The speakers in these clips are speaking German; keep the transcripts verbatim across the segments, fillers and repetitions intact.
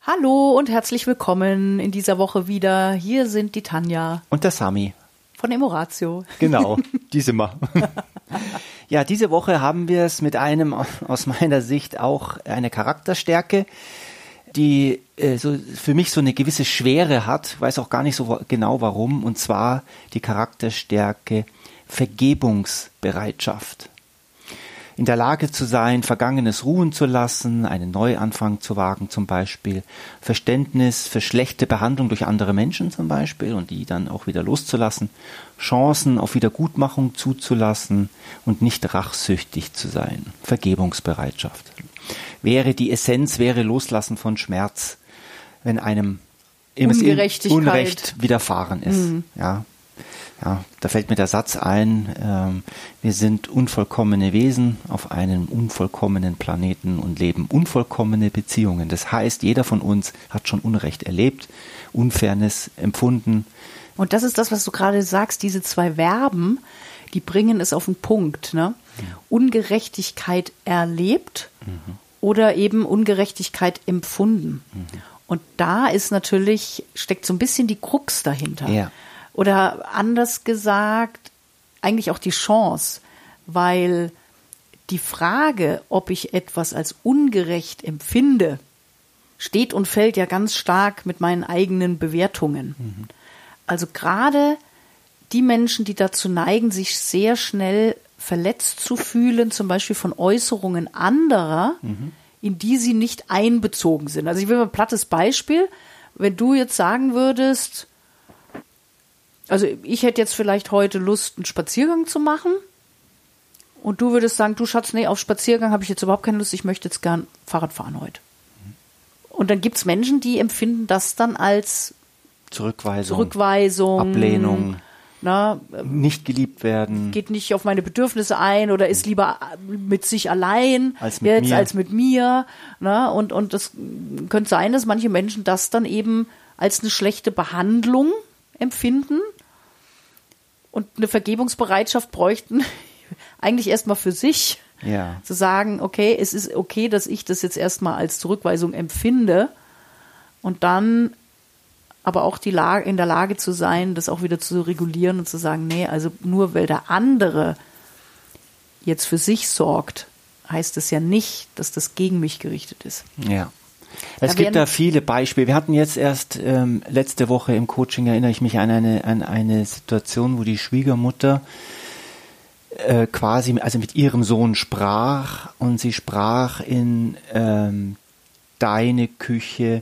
Hallo und herzlich willkommen in dieser Woche wieder. Hier sind die Tanja. Und der Sami. Von Emoratio. Genau, die sind wir. Ja, diese Woche haben wir es mit einem, aus meiner Sicht auch eine Charakterstärke, die äh, so für mich so eine gewisse Schwere hat, weiß auch gar nicht so genau warum, und zwar die Charakterstärke Vergebungsbereitschaft. In der Lage zu sein, Vergangenes ruhen zu lassen, einen Neuanfang zu wagen zum Beispiel, Verständnis für schlechte Behandlung durch andere Menschen zum Beispiel und die dann auch wieder loszulassen, Chancen auf Wiedergutmachung zuzulassen und nicht rachsüchtig zu sein. Vergebungsbereitschaft. Wäre die Essenz, wäre Loslassen von Schmerz, wenn einem Ungerechtigkeit. Unrecht widerfahren ist. Mhm. Ja. Ja, da fällt mir der Satz ein, ähm, wir sind unvollkommene Wesen auf einem unvollkommenen Planeten und leben unvollkommene Beziehungen. Das heißt, jeder von uns hat schon Unrecht erlebt, Unfairness empfunden. Und das ist das, was du gerade sagst, diese zwei Verben, die bringen es auf den Punkt. Ne? Mhm. Ungerechtigkeit erlebt mhm. oder eben Ungerechtigkeit empfunden. Mhm. Und da ist natürlich, steckt so ein bisschen die Krux dahinter. Ja. Oder anders gesagt, eigentlich auch die Chance, weil die Frage, ob ich etwas als ungerecht empfinde, steht und fällt ja ganz stark mit meinen eigenen Bewertungen. Mhm. Also gerade die Menschen, die dazu neigen, sich sehr schnell verletzt zu fühlen, zum Beispiel von Äußerungen anderer, mhm. in die sie nicht einbezogen sind. Also ich will mal ein plattes Beispiel, wenn du jetzt sagen würdest, also ich hätte jetzt vielleicht heute Lust, einen Spaziergang zu machen und du würdest sagen, du Schatz, nee, auf Spaziergang habe ich jetzt überhaupt keine Lust, ich möchte jetzt gern Fahrrad fahren heute. Und dann gibt es Menschen, die empfinden das dann als Zurückweisung, Zurückweisung Ablehnung, na, nicht geliebt werden. Geht nicht auf meine Bedürfnisse ein oder ist lieber mit sich allein als mit jetzt mir. als mit mir. Na, und, und das könnte sein, dass manche Menschen das dann eben als eine schlechte Behandlung empfinden und eine Vergebungsbereitschaft bräuchten, eigentlich erstmal für sich, ja. zu sagen, okay, es ist okay, dass ich das jetzt erstmal als Zurückweisung empfinde und dann aber auch die Lage, in der Lage zu sein, das auch wieder zu regulieren und zu sagen, nee, also nur weil der andere jetzt für sich sorgt, heißt das ja nicht, dass das gegen mich gerichtet ist. Ja. Es da gibt da viele Beispiele. Wir hatten jetzt erst ähm, letzte Woche im Coaching, erinnere ich mich an eine, an eine Situation, wo die Schwiegermutter äh, quasi also mit ihrem Sohn sprach und sie sprach in ähm, deine Küche,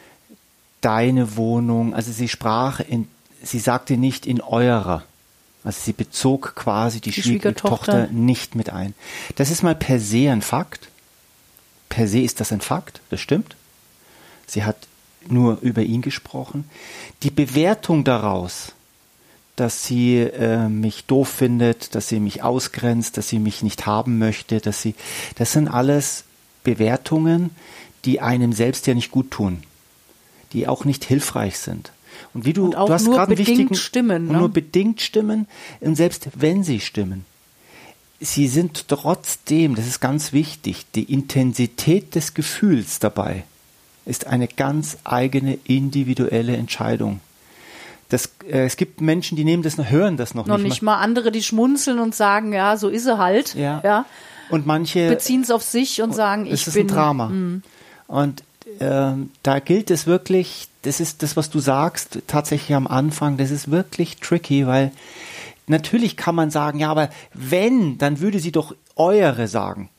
deine Wohnung, also sie sprach in, sie sagte nicht in eurer. Also sie bezog quasi die, die Schwiegertochter, Schwiegertochter nicht mit ein. Das ist mal per se ein Fakt. Per se ist das ein Fakt, das stimmt. Sie hat nur über ihn gesprochen. Die Bewertung daraus, dass sie äh, mich doof findet, dass sie mich ausgrenzt, dass sie mich nicht haben möchte, dass sie, das sind alles Bewertungen, die einem selbst ja nicht gut tun, die auch nicht hilfreich sind. Und wie du, und auch du hast nur gerade einen wichtigen, stimmen, ne? Und nur bedingt stimmen. Und selbst wenn sie stimmen, sie sind trotzdem, das ist ganz wichtig, die Intensität des Gefühls dabei ist eine ganz eigene individuelle Entscheidung. Das, äh, es gibt Menschen, die nehmen das noch, hören das noch, noch nicht, nicht mal. mal andere, die schmunzeln und sagen, ja, so ist er halt. Ja. Ja. Und manche beziehen es auf sich und sagen, ich es ist bin ein Drama. Mh. Und äh, da gilt es wirklich, das ist das, was du sagst, tatsächlich am Anfang, das ist wirklich tricky, weil natürlich kann man sagen, ja, aber wenn, dann würde sie doch eure sagen.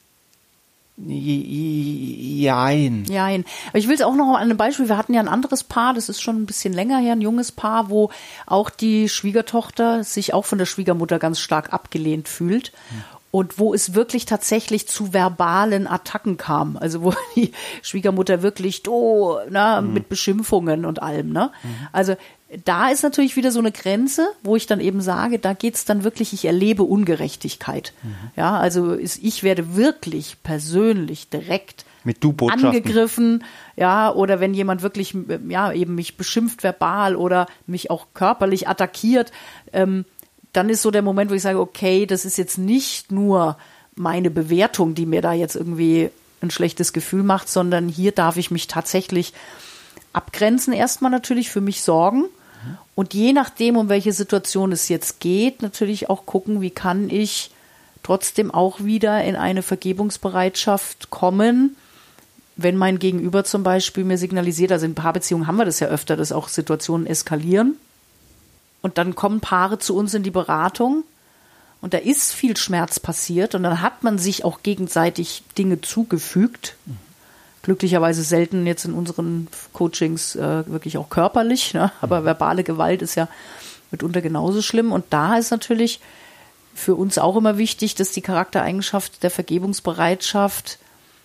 Jein. Jein. Aber ich will es auch noch an einem Beispiel, wir hatten ja ein anderes Paar, das ist schon ein bisschen länger her, ein junges Paar, wo auch die Schwiegertochter sich auch von der Schwiegermutter ganz stark abgelehnt fühlt. Hm. Und wo es wirklich tatsächlich zu verbalen Attacken kam. Also wo die Schwiegermutter wirklich oh, ne, mhm. mit Beschimpfungen und allem. Ne? Mhm. Also da ist natürlich wieder so eine Grenze, wo ich dann eben sage, da geht's dann wirklich, ich erlebe Ungerechtigkeit. Mhm. Ja, also ist, ich werde wirklich persönlich direkt mit Du-Botschaften angegriffen, ja, oder wenn jemand wirklich, ja, eben mich beschimpft verbal oder mich auch körperlich attackiert, ähm, dann ist so der Moment, wo ich sage, okay, das ist jetzt nicht nur meine Bewertung, die mir da jetzt irgendwie ein schlechtes Gefühl macht, sondern hier darf ich mich tatsächlich abgrenzen, erstmal natürlich für mich sorgen und je nachdem, um welche Situation es jetzt geht, natürlich auch gucken, wie kann ich trotzdem auch wieder in eine Vergebungsbereitschaft kommen, wenn mein Gegenüber zum Beispiel mir signalisiert, also in Paarbeziehungen haben wir das ja öfter, dass auch Situationen eskalieren und dann kommen Paare zu uns in die Beratung und da ist viel Schmerz passiert und dann hat man sich auch gegenseitig Dinge zugefügt, mhm. glücklicherweise selten jetzt in unseren Coachings äh, wirklich auch körperlich, ne? Aber mhm. verbale Gewalt ist ja mitunter genauso schlimm und da ist natürlich für uns auch immer wichtig, dass die Charaktereigenschaft der Vergebungsbereitschaft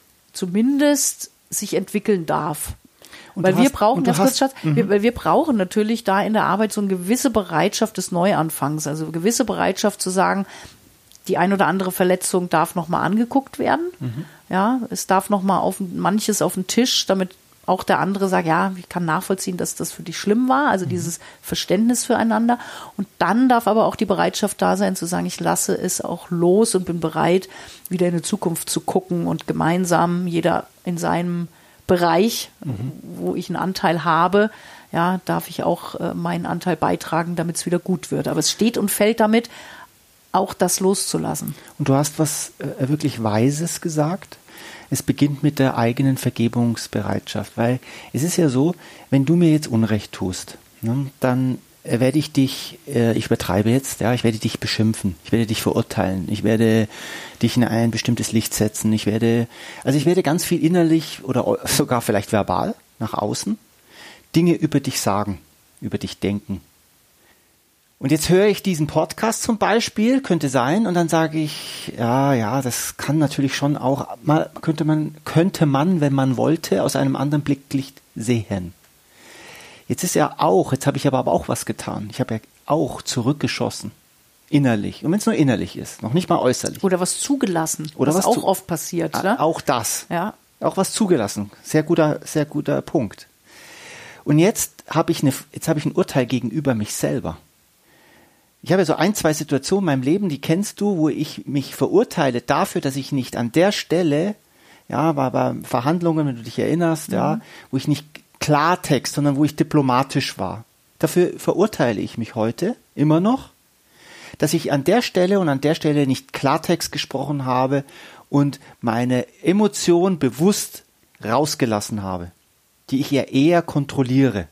zumindest sich entwickeln darf. Und weil wir hast, brauchen, ganz kurz, Schatz, mhm. wir, weil wir brauchen natürlich da in der Arbeit so eine gewisse Bereitschaft des Neuanfangs, also eine gewisse Bereitschaft zu sagen, die ein oder andere Verletzung darf nochmal angeguckt werden. Mhm. Ja, es darf nochmal auf manches auf den Tisch, damit auch der andere sagt, ja, ich kann nachvollziehen, dass das für dich schlimm war, also mhm. dieses Verständnis füreinander. Und dann darf aber auch die Bereitschaft da sein, zu sagen, ich lasse es auch los und bin bereit, wieder in die Zukunft zu gucken und gemeinsam, jeder in seinem Bereich, mhm. wo ich einen Anteil habe, ja, darf ich auch äh, meinen Anteil beitragen, damit es wieder gut wird. Aber es steht und fällt damit, auch das loszulassen. Und du hast was äh, wirklich Weises gesagt. Es beginnt mit der eigenen Vergebungsbereitschaft, weil es ist ja so, wenn du mir jetzt Unrecht tust, ne, dann werde ich dich, äh, ich übertreibe jetzt, ja, ich werde dich beschimpfen, ich werde dich verurteilen, ich werde dich in ein bestimmtes Licht setzen, ich werde, also ich werde ganz viel innerlich oder sogar vielleicht verbal nach außen Dinge über dich sagen, über dich denken. Und jetzt höre ich diesen Podcast zum Beispiel, könnte sein, und dann sage ich, ja, ja, das kann natürlich schon auch, mal könnte man, könnte man, wenn man wollte, aus einem anderen Blicklicht sehen. Jetzt ist ja auch, jetzt habe ich aber auch was getan. Ich habe ja auch zurückgeschossen, innerlich. Und wenn es nur innerlich ist, noch nicht mal äußerlich. Oder was zugelassen, Oder was, was auch zu, oft passiert. A, ne? Auch das. Ja. Auch was zugelassen. Sehr guter, sehr guter Punkt. Und jetzt habe ich eine, jetzt habe ich ein Urteil gegenüber mich selber. Ich habe so ein, zwei Situationen in meinem Leben, die kennst du, wo ich mich verurteile dafür, dass ich nicht an der Stelle, ja, war bei Verhandlungen, wenn du dich erinnerst, mhm. ja, wo ich nicht Klartext, sondern wo ich diplomatisch war. Dafür verurteile ich mich heute immer noch, dass ich an der Stelle und an der Stelle nicht Klartext gesprochen habe und meine Emotion bewusst rausgelassen habe, die ich ja eher kontrolliere.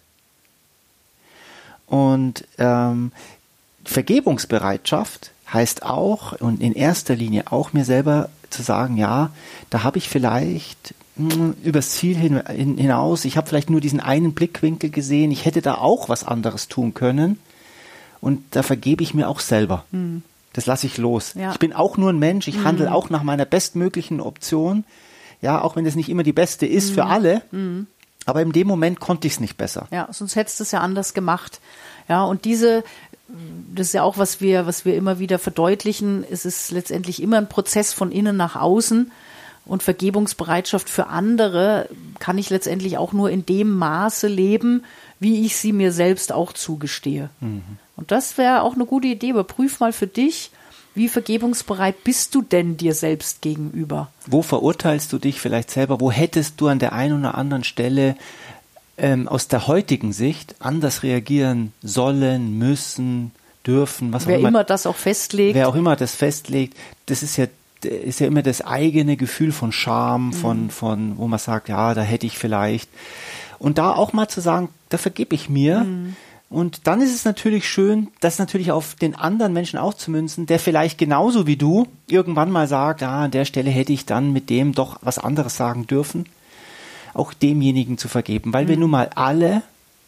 Und ähm, Vergebungsbereitschaft heißt auch und in erster Linie auch mir selber zu sagen, ja, da habe ich vielleicht mh, übers Ziel hin, hin, hinaus, ich habe vielleicht nur diesen einen Blickwinkel gesehen, ich hätte da auch was anderes tun können und da vergebe ich mir auch selber. Mhm. Das lasse ich los. Ja. Ich bin auch nur ein Mensch, ich mhm. handle auch nach meiner bestmöglichen Option, ja, auch wenn das nicht immer die beste ist mhm. für alle, mhm. aber in dem Moment konnte ich es nicht besser. Ja, sonst hättest du es ja anders gemacht. Ja, und diese das ist ja auch, was wir, was wir immer wieder verdeutlichen. Es ist letztendlich immer ein Prozess von innen nach außen und Vergebungsbereitschaft für andere kann ich letztendlich auch nur in dem Maße leben, wie ich sie mir selbst auch zugestehe. Mhm. Und das wäre auch eine gute Idee. Überprüf mal für dich, wie vergebungsbereit bist du denn dir selbst gegenüber? Wo verurteilst du dich vielleicht selber? Wo hättest du an der einen oder anderen Stelle Ähm, aus der heutigen Sicht anders reagieren sollen, müssen, dürfen, was wer auch immer. immer das auch festlegt. Wer auch immer das festlegt, das ist ja, ist ja immer das eigene Gefühl von Scham, mhm. von, von, wo man sagt, ja, da hätte ich vielleicht. Und da auch mal zu sagen, da vergebe ich mir. Mhm. Und dann ist es natürlich schön, das natürlich auf den anderen Menschen auch zu münzen, der vielleicht genauso wie du irgendwann mal sagt, ja, an der Stelle hätte ich dann mit dem doch was anderes sagen dürfen. Auch demjenigen zu vergeben, weil mhm. wir nun mal alle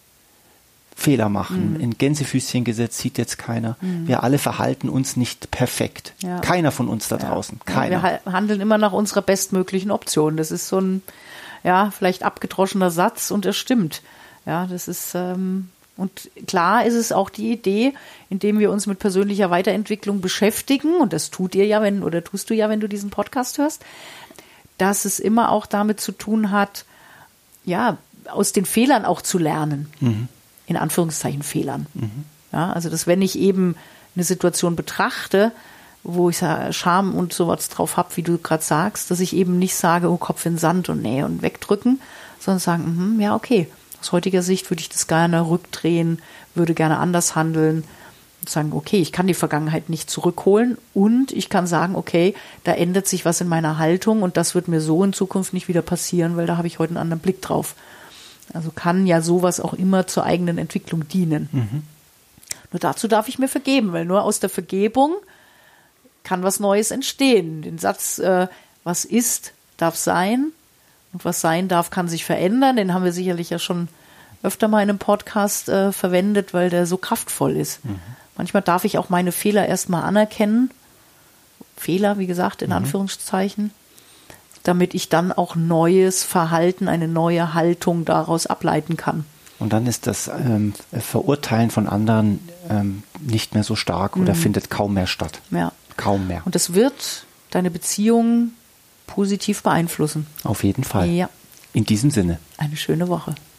Fehler machen. Mhm. In Gänsefüßchen gesetzt sieht jetzt keiner. Mhm. Wir alle verhalten uns nicht perfekt. Ja. Keiner von uns da draußen. Ja. Keiner. Ja, wir handeln immer nach unserer bestmöglichen Option. Das ist so ein, ja, vielleicht abgedroschener Satz und er stimmt. Ja, das ist, ähm, und klar ist es auch die Idee, indem wir uns mit persönlicher Weiterentwicklung beschäftigen, und das tut ihr ja, wenn, oder tust du ja, wenn du diesen Podcast hörst, dass es immer auch damit zu tun hat, ja, aus den Fehlern auch zu lernen. Mhm. In Anführungszeichen Fehlern. Mhm. Ja, also, dass wenn ich eben eine Situation betrachte, wo ich Scham und sowas drauf habe, wie du gerade sagst, dass ich eben nicht sage, oh, Kopf in Sand und nee und wegdrücken, sondern sagen, mh, ja, okay, aus heutiger Sicht würde ich das gerne rückdrehen, würde gerne anders handeln und sagen, okay, ich kann die Vergangenheit nicht zurückholen und ich kann sagen, okay, da ändert sich was in meiner Haltung und das wird mir so in Zukunft nicht wieder passieren, weil da habe ich heute einen anderen Blick drauf. Also kann ja sowas auch immer zur eigenen Entwicklung dienen. Mhm. Nur dazu darf ich mir vergeben, weil nur aus der Vergebung kann was Neues entstehen. Den Satz, äh, was ist, darf sein und was sein darf, kann sich verändern. Den haben wir sicherlich ja schon öfter mal in einem Podcast äh, verwendet, weil der so kraftvoll ist. Mhm. Manchmal darf ich auch meine Fehler erstmal anerkennen. Fehler, wie gesagt, in mhm. Anführungszeichen, damit ich dann auch neues Verhalten, eine neue Haltung daraus ableiten kann. Und dann ist das ähm, Verurteilen von anderen ähm, nicht mehr so stark oder mhm. findet kaum mehr statt. Ja. Kaum mehr. Und das wird deine Beziehung positiv beeinflussen. Auf jeden Fall. Ja. In diesem Sinne. Eine schöne Woche.